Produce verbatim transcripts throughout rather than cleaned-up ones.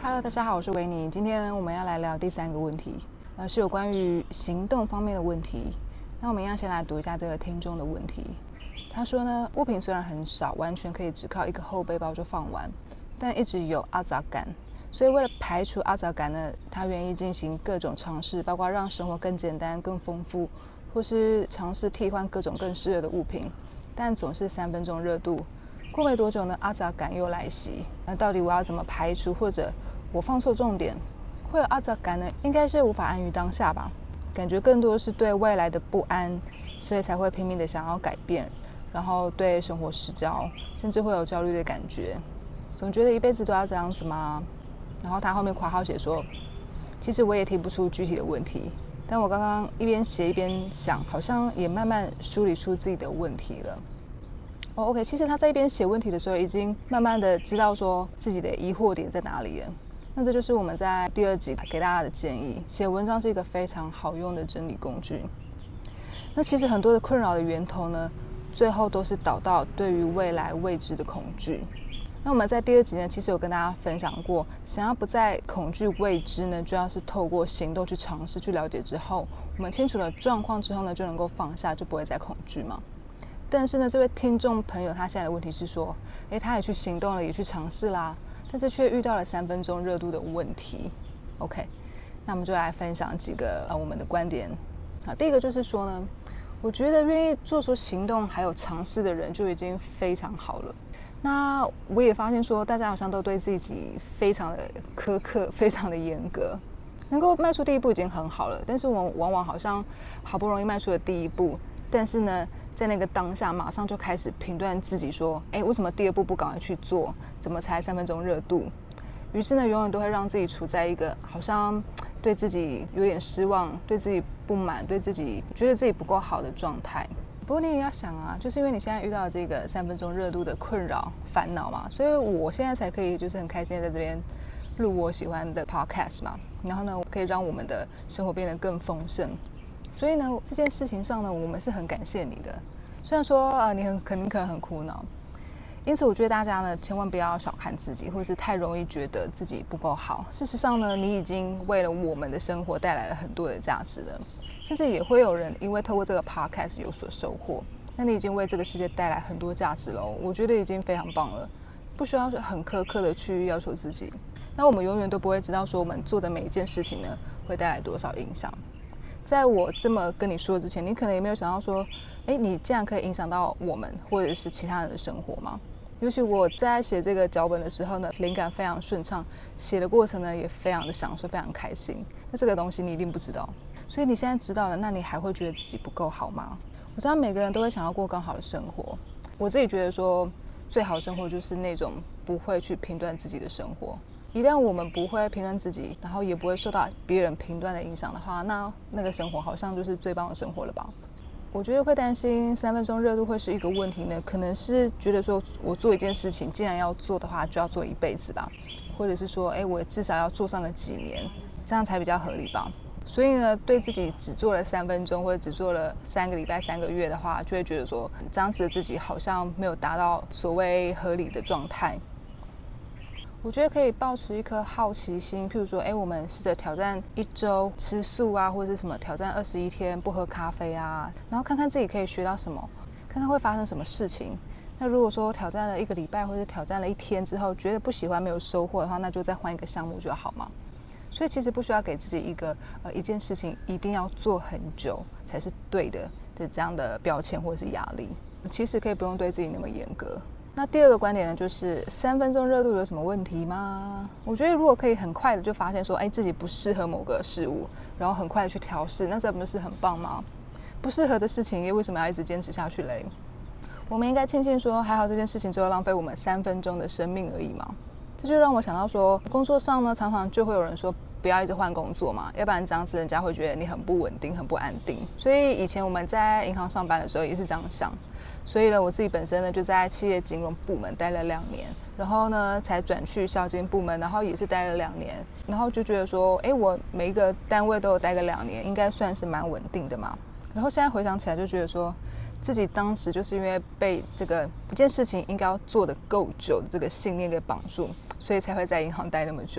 Hello， 大家好，我是维尼。今天呢，我们要来聊第三个问题，呃，是有关于行动方面的问题。那我们要先来读一下这个听众的问题。他说呢，物品虽然很少，完全可以只靠一个后背包就放完，但一直有阿杂感，所以为了排除阿杂感呢，他愿意进行各种尝试，包括让生活更简单、更丰富，或是尝试替换各种更适合的物品，但总是三分钟热度。过没多久呢，阿杂感又来袭。那到底我要怎么排除，或者我放错重点，会有阿杂感呢？应该是无法安于当下吧，感觉更多是对未来的不安，所以才会拼命的想要改变，然后对生活失焦，甚至会有焦虑的感觉，总觉得一辈子都要这样子吗？然后他后面括号写说，其实我也提不出具体的问题，但我刚刚一边写一边想，好像也慢慢梳理出自己的问题了。哦、oh, ，OK， 其实他在一边写问题的时候，已经慢慢的知道说自己的疑惑点在哪里了。那这就是我们在第二集给大家的建议，写文章是一个非常好用的整理工具。那其实很多的困扰的源头呢，最后都是导到对于未来未知的恐惧。那我们在第二集呢，其实有跟大家分享过，想要不再恐惧未知呢，就要是透过行动去尝试、去了解之后，我们清楚了状况之后呢，就能够放下，就不会再恐惧嘛。但是呢，这位听众朋友他现在的问题是说，诶，他也去行动了，也去尝试啦，但是却遇到了三分钟热度的问题。OK， 那我们就来分享几个呃我们的观点。啊，第一个就是说呢，我觉得愿意做出行动还有尝试的人就已经非常好了。那我也发现说，大家好像都对自己非常的苛刻，非常的严格，能够迈出第一步已经很好了。但是我们往往好像好不容易迈出了第一步，但是呢，在那个当下马上就开始评断自己说，哎，为什么第二步不赶快去做？怎么才三分钟热度？于是呢，永远都会让自己处在一个好像对自己有点失望、对自己不满、对自己觉得自己不够好的状态。不过你也要想啊，就是因为你现在遇到这个三分钟热度的困扰、烦恼嘛，所以我现在才可以就是很开心的在这边录我喜欢的 podcast 嘛，然后呢，可以让我们的生活变得更丰盛。所以呢，这件事情上呢，我们是很感谢你的。虽然说呃，你很可能可能很苦恼，因此我觉得大家呢，千万不要小看自己，或是太容易觉得自己不够好。事实上呢，你已经为了我们的生活带来了很多的价值了。甚至也会有人因为透过这个 podcast 有所收获，那你已经为这个世界带来很多价值了，我觉得已经非常棒了，不需要很苛刻的去要求自己。那我们永远都不会知道说我们做的每一件事情呢，会带来多少影响。在我这么跟你说之前，你可能也没有想到说，哎，你这样可以影响到我们或者是其他人的生活吗？尤其我在写这个脚本的时候呢，灵感非常顺畅，写的过程呢也非常的享受，非常开心。那这个东西你一定不知道。所以你现在知道了，那你还会觉得自己不够好吗？我知道每个人都会想要过更好的生活，我自己觉得说，最好的生活就是那种不会去评断自己的生活。一旦我们不会评断自己，然后也不会受到别人评断的影响的话，那那个生活好像就是最棒的生活了吧？我觉得会担心三分钟热度会是一个问题呢，可能是觉得说我做一件事情，既然要做的话，就要做一辈子吧，或者是说，哎，我至少要做上个几年，这样才比较合理吧。所以呢，对自己只做了三分钟，或者只做了三个礼拜、三个月的话，就会觉得说，这样子的自己好像没有达到所谓合理的状态。我觉得可以抱持一颗好奇心，譬如说，哎，我们试着挑战一周吃素啊，或者是什么挑战二十一天不喝咖啡啊，然后看看自己可以学到什么，看看会发生什么事情。那如果说挑战了一个礼拜，或者挑战了一天之后，觉得不喜欢、没有收获的话，那就再换一个项目就好嘛。所以其实不需要给自己一个呃一件事情一定要做很久才是对的的这样的标签或者是压力，其实可以不用对自己那么严格。那第二个观点呢，就是三分钟热度有什么问题吗？我觉得如果可以很快的就发现说，哎，自己不适合某个事物，然后很快的去调试，那这不是很棒吗？不适合的事情，又为什么要一直坚持下去嘞？我们应该庆幸说，还好这件事情只有浪费我们三分钟的生命而已嘛。这就让我想到说，工作上呢，常常就会有人说不要一直换工作嘛，要不然这样子人家会觉得你很不稳定、很不安定。所以以前我们在银行上班的时候也是这样想。所以呢，我自己本身呢就在企业金融部门待了两年，然后呢才转去销金部门，然后也是待了两年，然后就觉得说，哎，我每一个单位都有待个两年，应该算是蛮稳定的嘛。然后现在回想起来，就觉得说，自己当时就是因为被这个一件事情应该要做得够久的这个信念给绑住，所以才会在银行待那么久。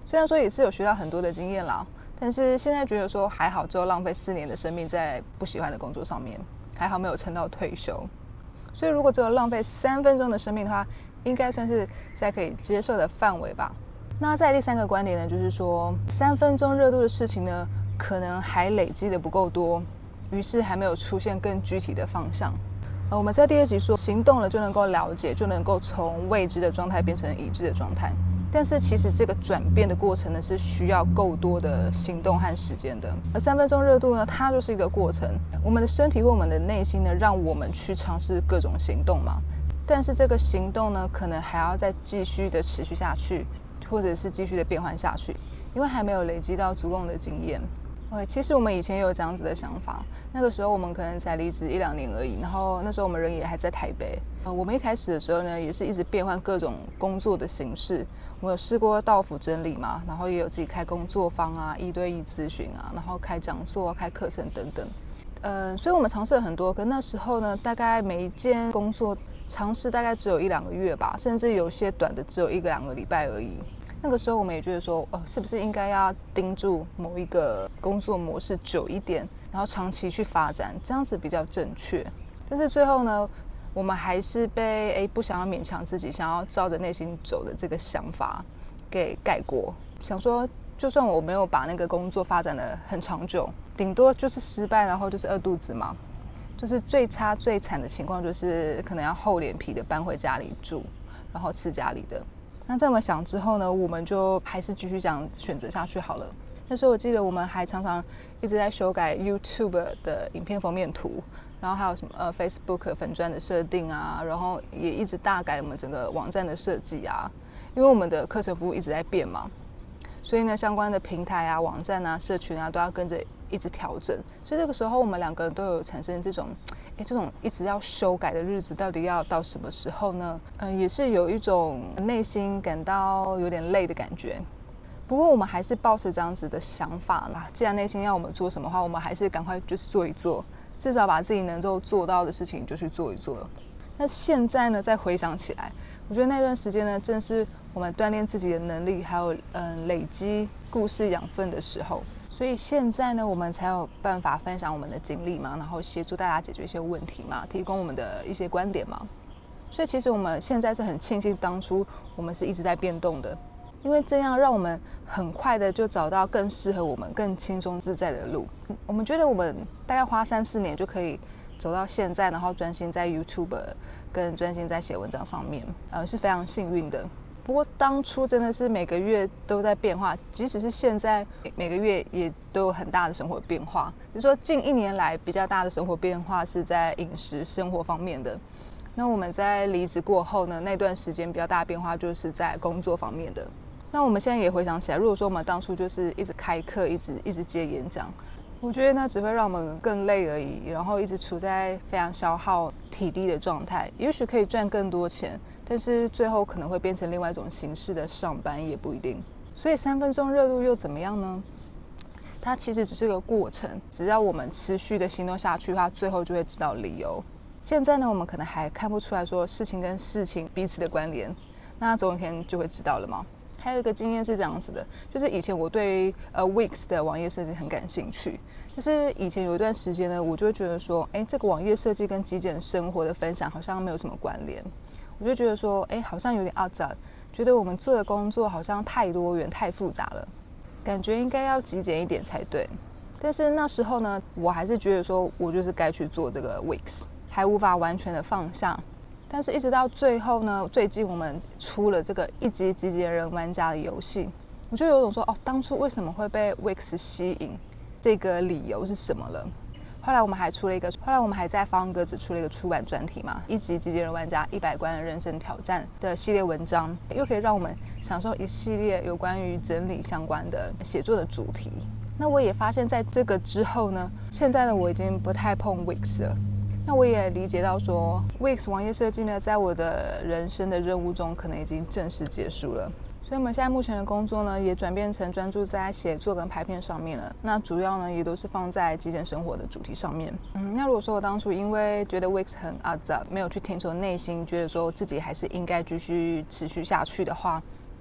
虽然说也是有学到很多的经验啦，但是现在觉得说还好，只有浪费四年的生命在不喜欢的工作上面，还好没有撑到退休。所以如果只有浪费三分钟的生命的话，应该算是在可以接受的范围吧。那在第三个观点呢，就是说三分钟热度的事情呢，可能还累积的不够多，于是还没有出现更具体的方向。呃，我们在第二集说，行动了就能够了解，就能够从未知的状态变成已知的状态。但是其实这个转变的过程呢，是需要够多的行动和时间的。而三分钟热度呢，它就是一个过程。我们的身体或我们的内心呢，让我们去尝试各种行动嘛。但是这个行动呢，可能还要再继续的持续下去，或者是继续的变换下去，因为还没有累积到足够的经验。OK， 其实我们以前也有这样子的想法，那个时候我们可能才离职一两年而已，然后那时候我们人也还在台北。呃，我们一开始的时候呢，也是一直变换各种工作的形式。我有试过到府整理嘛，然后也有自己开工作坊啊、一对一咨询啊，然后开讲座、开课程等等。呃，所以我们尝试了很多，可那时候呢，大概每一件工作尝试大概只有一两个月吧，甚至有些短的只有一个两个礼拜而已。那个时候我们也觉得说，呃，是不是应该要盯住某一个工作模式久一点，然后长期去发展，这样子比较正确。但是最后呢，我们还是被诶不想要勉强自己，想要照着内心走的这个想法给盖过。想说，就算我没有把那个工作发展得很长久，顶多就是失败，然后就是饿肚子嘛。就是最差最惨的情况，就是可能要厚脸皮的搬回家里住，然后吃家里的。那这么想之后呢，我们就还是继续这样选择下去好了。那时候我记得我们还常常一直在修改 YouTube 的影片封面图，然后还有什么呃 Facebook 粉专的设定啊，然后也一直大改我们整个网站的设计啊，因为我们的课程服务一直在变嘛，所以呢相关的平台啊、网站啊、社群啊都要跟着一直调整。所以这个时候我们两个人都有产生这种。哎，这种一直要修改的日子到底要到什么时候呢？嗯，也是有一种内心感到有点累的感觉。不过我们还是抱持这样子的想法啦。既然内心要我们做什么话，我们还是赶快就是做一做，至少把自己能够做到的事情就去做一做。那现在呢，再回想起来，我觉得那段时间呢，正是我们锻炼自己的能力，还有嗯累积故事养分的时候。所以现在呢，我们才有办法分享我们的经历嘛，然后协助大家解决一些问题嘛，提供我们的一些观点嘛。所以其实我们现在是很庆幸当初我们是一直在变动的，因为这样让我们很快的就找到更适合我们、更轻松自在的路。我们觉得我们大概花三四年就可以走到现在，然后专心在 YouTube 跟专心在写文章上面，呃，是非常幸运的。不过当初真的是每个月都在变化，即使是现在每个月也都有很大的生活变化。比如说近一年来比较大的生活变化是在饮食生活方面的。那我们在离职过后呢，那段时间比较大的变化就是在工作方面的。那我们现在也回想起来，如果说我们当初就是一直开课，一直一直接演讲，我觉得那只会让我们更累而已，然后一直处在非常消耗体力的状态。也许可以赚更多钱，但是最后可能会变成另外一种形式的上班，也不一定。所以三分钟热度又怎么样呢？它其实只是个过程，只要我们持续的行动下去，它最后就会知道理由。现在呢，我们可能还看不出来说事情跟事情彼此的关联，那总有一天就会知道了嘛。还有一个经验是这样子的，就是以前我对呃 Wix 的网页设计很感兴趣，就是以前有一段时间呢，我就会觉得说，哎，这个网页设计跟极简生活的分享好像没有什么关联，我就觉得说，哎，好像有点阿杂，觉得我们做的工作好像太多元、太复杂了，感觉应该要极简一点才对。但是那时候呢，我还是觉得说我就是该去做这个 Wix， 还无法完全的放下。但是一直到最后呢，最近我们出了这个一级极简人玩家的游戏，我就有种说，哦，当初为什么会被 Wix 吸引，这个理由是什么了？后来我们还出了一个，后来我们还在方格子出了一个出版专题嘛，一级极简人玩家一百关的人生挑战的系列文章，又可以让我们享受一系列有关于整理相关的写作的主题。那我也发现在这个之后呢，现在的我已经不太碰 Wix 了。那我也理解到说 Wix 网页设计呢，在我的人生的任务中可能已经正式结束了。所以我们现在目前的工作呢，也转变成专注在写作跟拍片上面了。那主要呢，也都是放在极简生活的主题上面。嗯，那如果说我当初因为觉得 Wix 很阿杂，没有去听从内心，觉得说自己还是应该继续持续下去的话，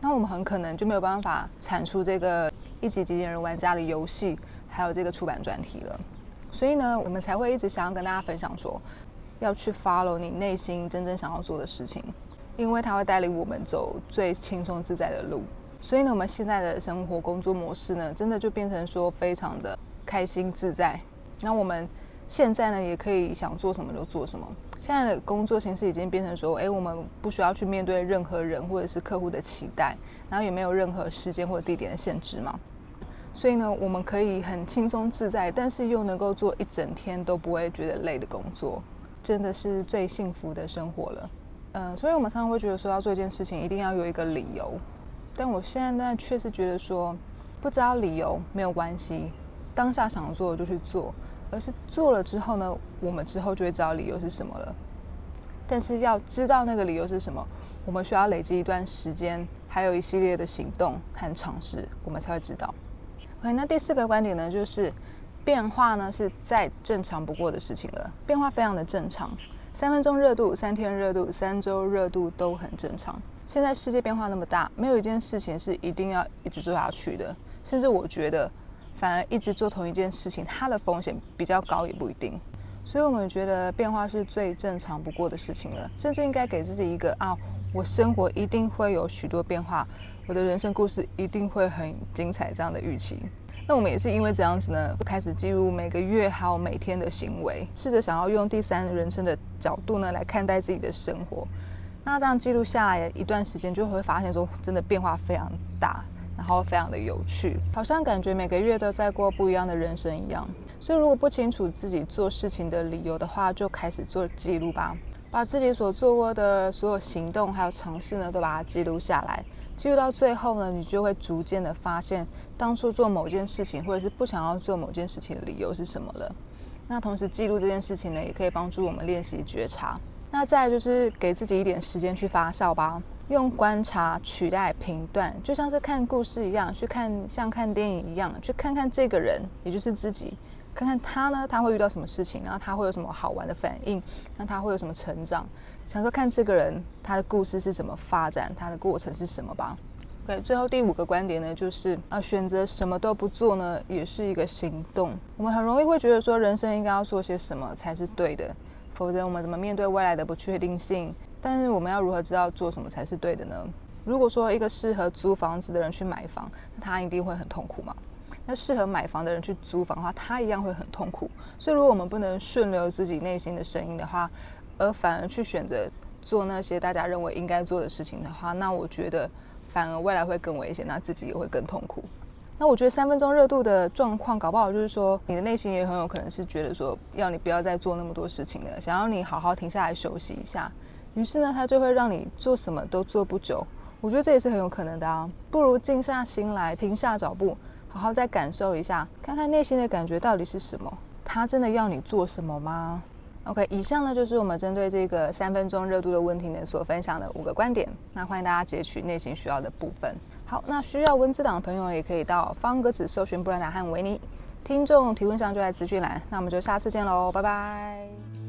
那我们很可能就没有办法产出这个一级极简人玩家的游戏，还有这个出版专题了。所以呢，我们才会一直想要跟大家分享说，要去 follow 你内心真正想要做的事情，因为它会带领我们走最轻松自在的路。所以呢，我们现在的生活工作模式呢，真的就变成说非常的开心自在。那我们现在呢，也可以想做什么就做什么。现在的工作形式已经变成说，哎，我们不需要去面对任何人或者是客户的期待，然后也没有任何时间或者地点的限制嘛。所以呢，我们可以很轻松自在，但是又能够做一整天都不会觉得累的工作，真的是最幸福的生活了。呃，所以我们常常会觉得说，要做一件事情一定要有一个理由，但我现在确实觉得说，不知道理由没有关系，当下想做就去做，而是做了之后呢，我们之后就会知道理由是什么了。但是要知道那个理由是什么，我们需要累积一段时间，还有一系列的行动和尝试，我们才会知道。OK， 那第四个观点呢，就是变化呢是再正常不过的事情了，变化非常的正常。三分钟热度、三天热度、三周热度都很正常。现在世界变化那么大，没有一件事情是一定要一直做下去的。甚至我觉得，反而一直做同一件事情，它的风险比较高，也不一定。所以我们觉得变化是最正常不过的事情了，甚至应该给自己一个啊，我生活一定会有许多变化，我的人生故事一定会很精彩这样的预期。那我们也是因为这样子呢，就开始记录每个月还有每天的行为，试着想要用第三人称的角度呢来看待自己的生活。那这样记录下来一段时间，就会发现说真的变化非常大，然后非常的有趣，好像感觉每个月都在过不一样的人生一样。所以如果不清楚自己做事情的理由的话，就开始做记录吧，把自己所做过的所有行动还有尝试呢，都把它记录下来。记录到最后呢，你就会逐渐的发现当初做某件事情或者是不想要做某件事情的理由是什么了。那同时记录这件事情呢，也可以帮助我们练习觉察。那再来就是给自己一点时间去发酵吧，用观察取代评断，就像是看故事一样，去看像看电影一样，去看看这个人，也就是自己，看看他呢，他会遇到什么事情，然后他会有什么好玩的反应，那他会有什么成长，想说看这个人他的故事是怎么发展，他的过程是什么吧。OK， 最后第五个观点呢，就是啊，选择什么都不做呢，也是一个行动。我们很容易会觉得说，人生应该要做些什么才是对的，否则我们怎么面对未来的不确定性？但是我们要如何知道做什么才是对的呢？如果说一个适合租房子的人去买房，那他一定会很痛苦嘛。那适合买房的人去租房的话，他一样会很痛苦。所以如果我们不能顺流自己内心的声音的话，而反而去选择做那些大家认为应该做的事情的话，那我觉得反而未来会更危险，那自己也会更痛苦。那我觉得三分钟热度的状况搞不好就是说，你的内心也很有可能是觉得说，要你不要再做那么多事情了，想要你好好停下来休息一下。于是呢，它就会让你做什么都做不久。我觉得这也是很有可能的啊。不如静下心来，停下脚步，好好再感受一下，看看内心的感觉到底是什么。它真的要你做什么吗？ OK， 以上呢就是我们针对这个三分钟热度的问题呢所分享的五个观点。那欢迎大家截取内心需要的部分。好，那需要文字档的朋友也可以到方格子搜寻布兰达和维尼。听众提问上就在资讯栏。那我们就下次见喽，拜拜。